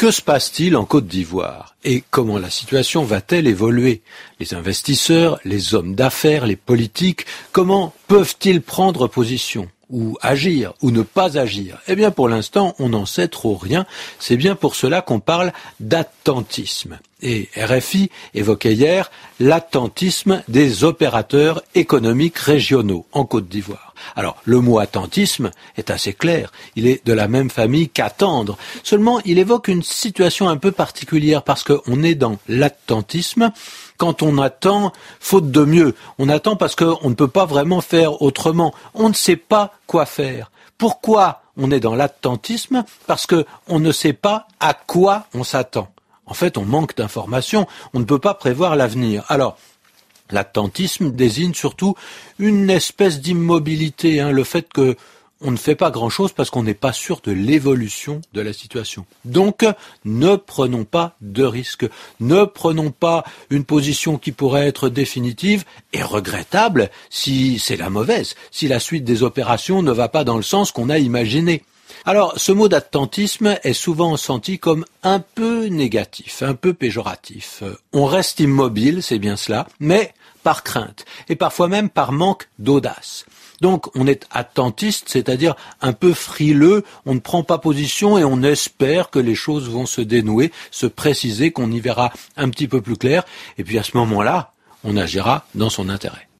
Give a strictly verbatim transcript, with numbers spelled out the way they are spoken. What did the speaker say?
Que se passe-t-il en Côte d'Ivoire et comment la situation va-t-elle évoluer? Les investisseurs, les hommes d'affaires, les politiques, comment peuvent-ils prendre position? Ou agir, ou ne pas agir? Eh bien, pour l'instant, on n'en sait trop rien. C'est bien pour cela qu'on parle d'attentisme. Et R F I évoquait hier l'attentisme des opérateurs économiques régionaux en Côte d'Ivoire. Alors, le mot attentisme est assez clair. Il est de la même famille qu'attendre. Seulement, il évoque une situation un peu particulière parce qu'on est dans l'attentisme quand on attend faute de mieux. On attend parce qu'on ne peut pas vraiment faire autrement. On ne sait pas quoi faire. Pourquoi on est dans l'attentisme? Parce qu'on ne sait pas à quoi on s'attend. En fait, on manque d'informations. On ne peut pas prévoir l'avenir. Alors, l'attentisme désigne surtout une espèce d'immobilité, hein, le fait que on ne fait pas grand-chose parce qu'on n'est pas sûr de l'évolution de la situation. Donc, ne prenons pas de risques. Ne prenons pas une position qui pourrait être définitive et regrettable si c'est la mauvaise, si la suite des opérations ne va pas dans le sens qu'on a imaginé. Alors, ce mot d'attentisme est souvent senti comme un peu négatif, un peu péjoratif. On reste immobile, c'est bien cela, mais par crainte, et parfois même par manque d'audace. Donc, on est attentiste, c'est-à-dire un peu frileux, on ne prend pas position et on espère que les choses vont se dénouer, se préciser, qu'on y verra un petit peu plus clair, et puis à ce moment-là, on agira dans son intérêt.